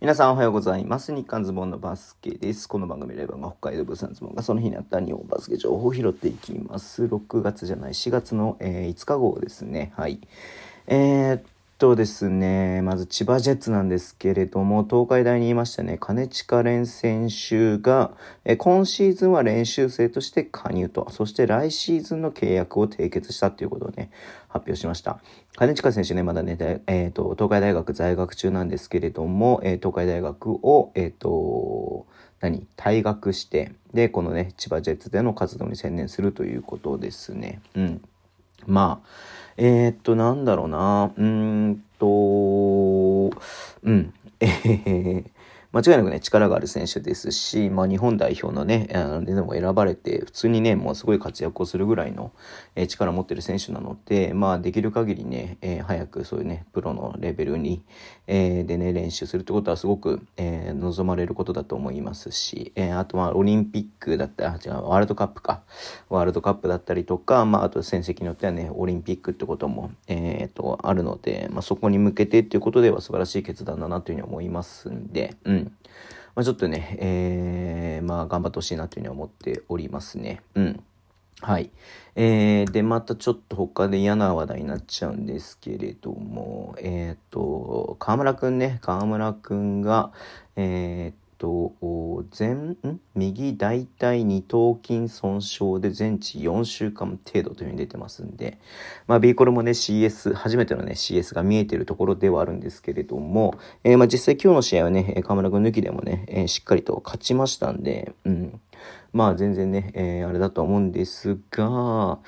皆さんおはようございます。日刊ズボンのバスケです。この番組レバーが北海道物産ズボンがその日にあった日本バスケ情報を拾っていきます。4月の、5日号ですね。はい。ですね、まず千葉ジェッツなんですけれども、東海大にいましたね、金近廉選手が、今シーズンは練習生として加入と、そして来シーズンの契約を締結したということをね、発表しました。金近選手ね、まだね、東海大学在学中なんですけれども、東海大学を、退学して、で、このね、千葉ジェッツでの活動に専念するということですね。まあ、なんだろうな、間違いなくね、力がある選手ですし、日本代表のね、でも選ばれて、普通にね、もうすごい活躍をするぐらいの、力を持ってる選手なので、できる限りね、早くそういうね、プロのレベルに、でね、練習するってことはすごく、望まれることだと思いますし、あとオリンピックだったり、ワールドカップか。ワールドカップだったりとか、あと戦績によってはね、オリンピックってことも、あるので、そこに向けてっていうことでは素晴らしい決断だなというふうに思いますんで、ちょっとね、頑張ってほしいなというふうに思っておりますね。はい。で、またちょっと他で嫌な話題になっちゃうんですけれども、河村くんが、右大腿二頭筋損傷で全治4週間程度というふうに出てますんで、B コルもね CS、初めてのね CS が見えているところではあるんですけれども、実際今日の試合はね、河村くん抜きでもね、しっかりと勝ちましたんで、全然ね、あれだと思うんですが、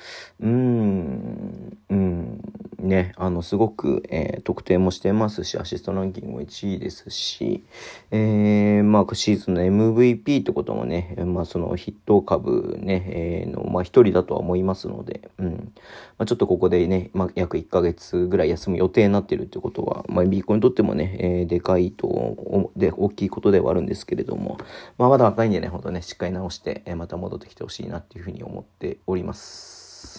すごく、得点もしてますし、アシストランキングも1位ですし、シーズンの MVP ってこともね、その筆頭株ね、の、一人だとは思いますので、ちょっとここでね、約1ヶ月ぐらい休む予定になっているってことは、B コンにとってもね、でかいと、大きいことではあるんですけれども、まだ若いんでね、ほんとね、しっかり直して、また戻ってきてほしいなっていうふうに思っております。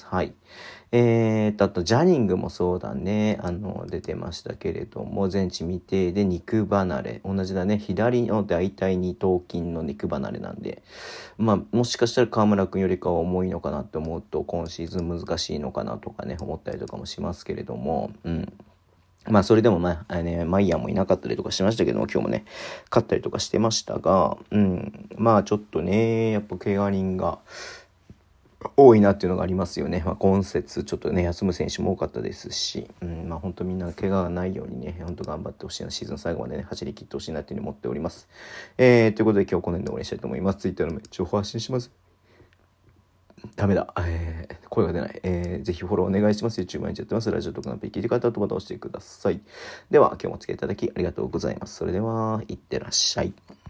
はい。あと、ジャニングもそうだね、出てましたけれども、全治未定で肉離れ。同じだね、左の大腿二頭筋の肉離れなんで、もしかしたら河村くんよりかは重いのかなって思うと、今シーズン難しいのかなとかね、思ったりとかもしますけれども、それでもマイヤーもいなかったりとかしましたけども、今日もね、勝ったりとかしてましたが、ちょっとね、やっぱ怪我人が多いなっていうのがありますよね。今節ちょっとね、休む選手も多かったですし、本当みんな怪我がないようにね、本当頑張ってほしいな、シーズン最後までね、走り切ってほしいなっていうふうに思っております。ということで今日この辺で終わりにしたいと思います。Twitter の情報発信します。ダメだ。声が出ない。ぜひフォローお願いします。YouTube 毎日やってます。ラジオとかのペ聞いて方とまた押してください。では、今日もお付き合いいただきありがとうございます。それでは、いってらっしゃい。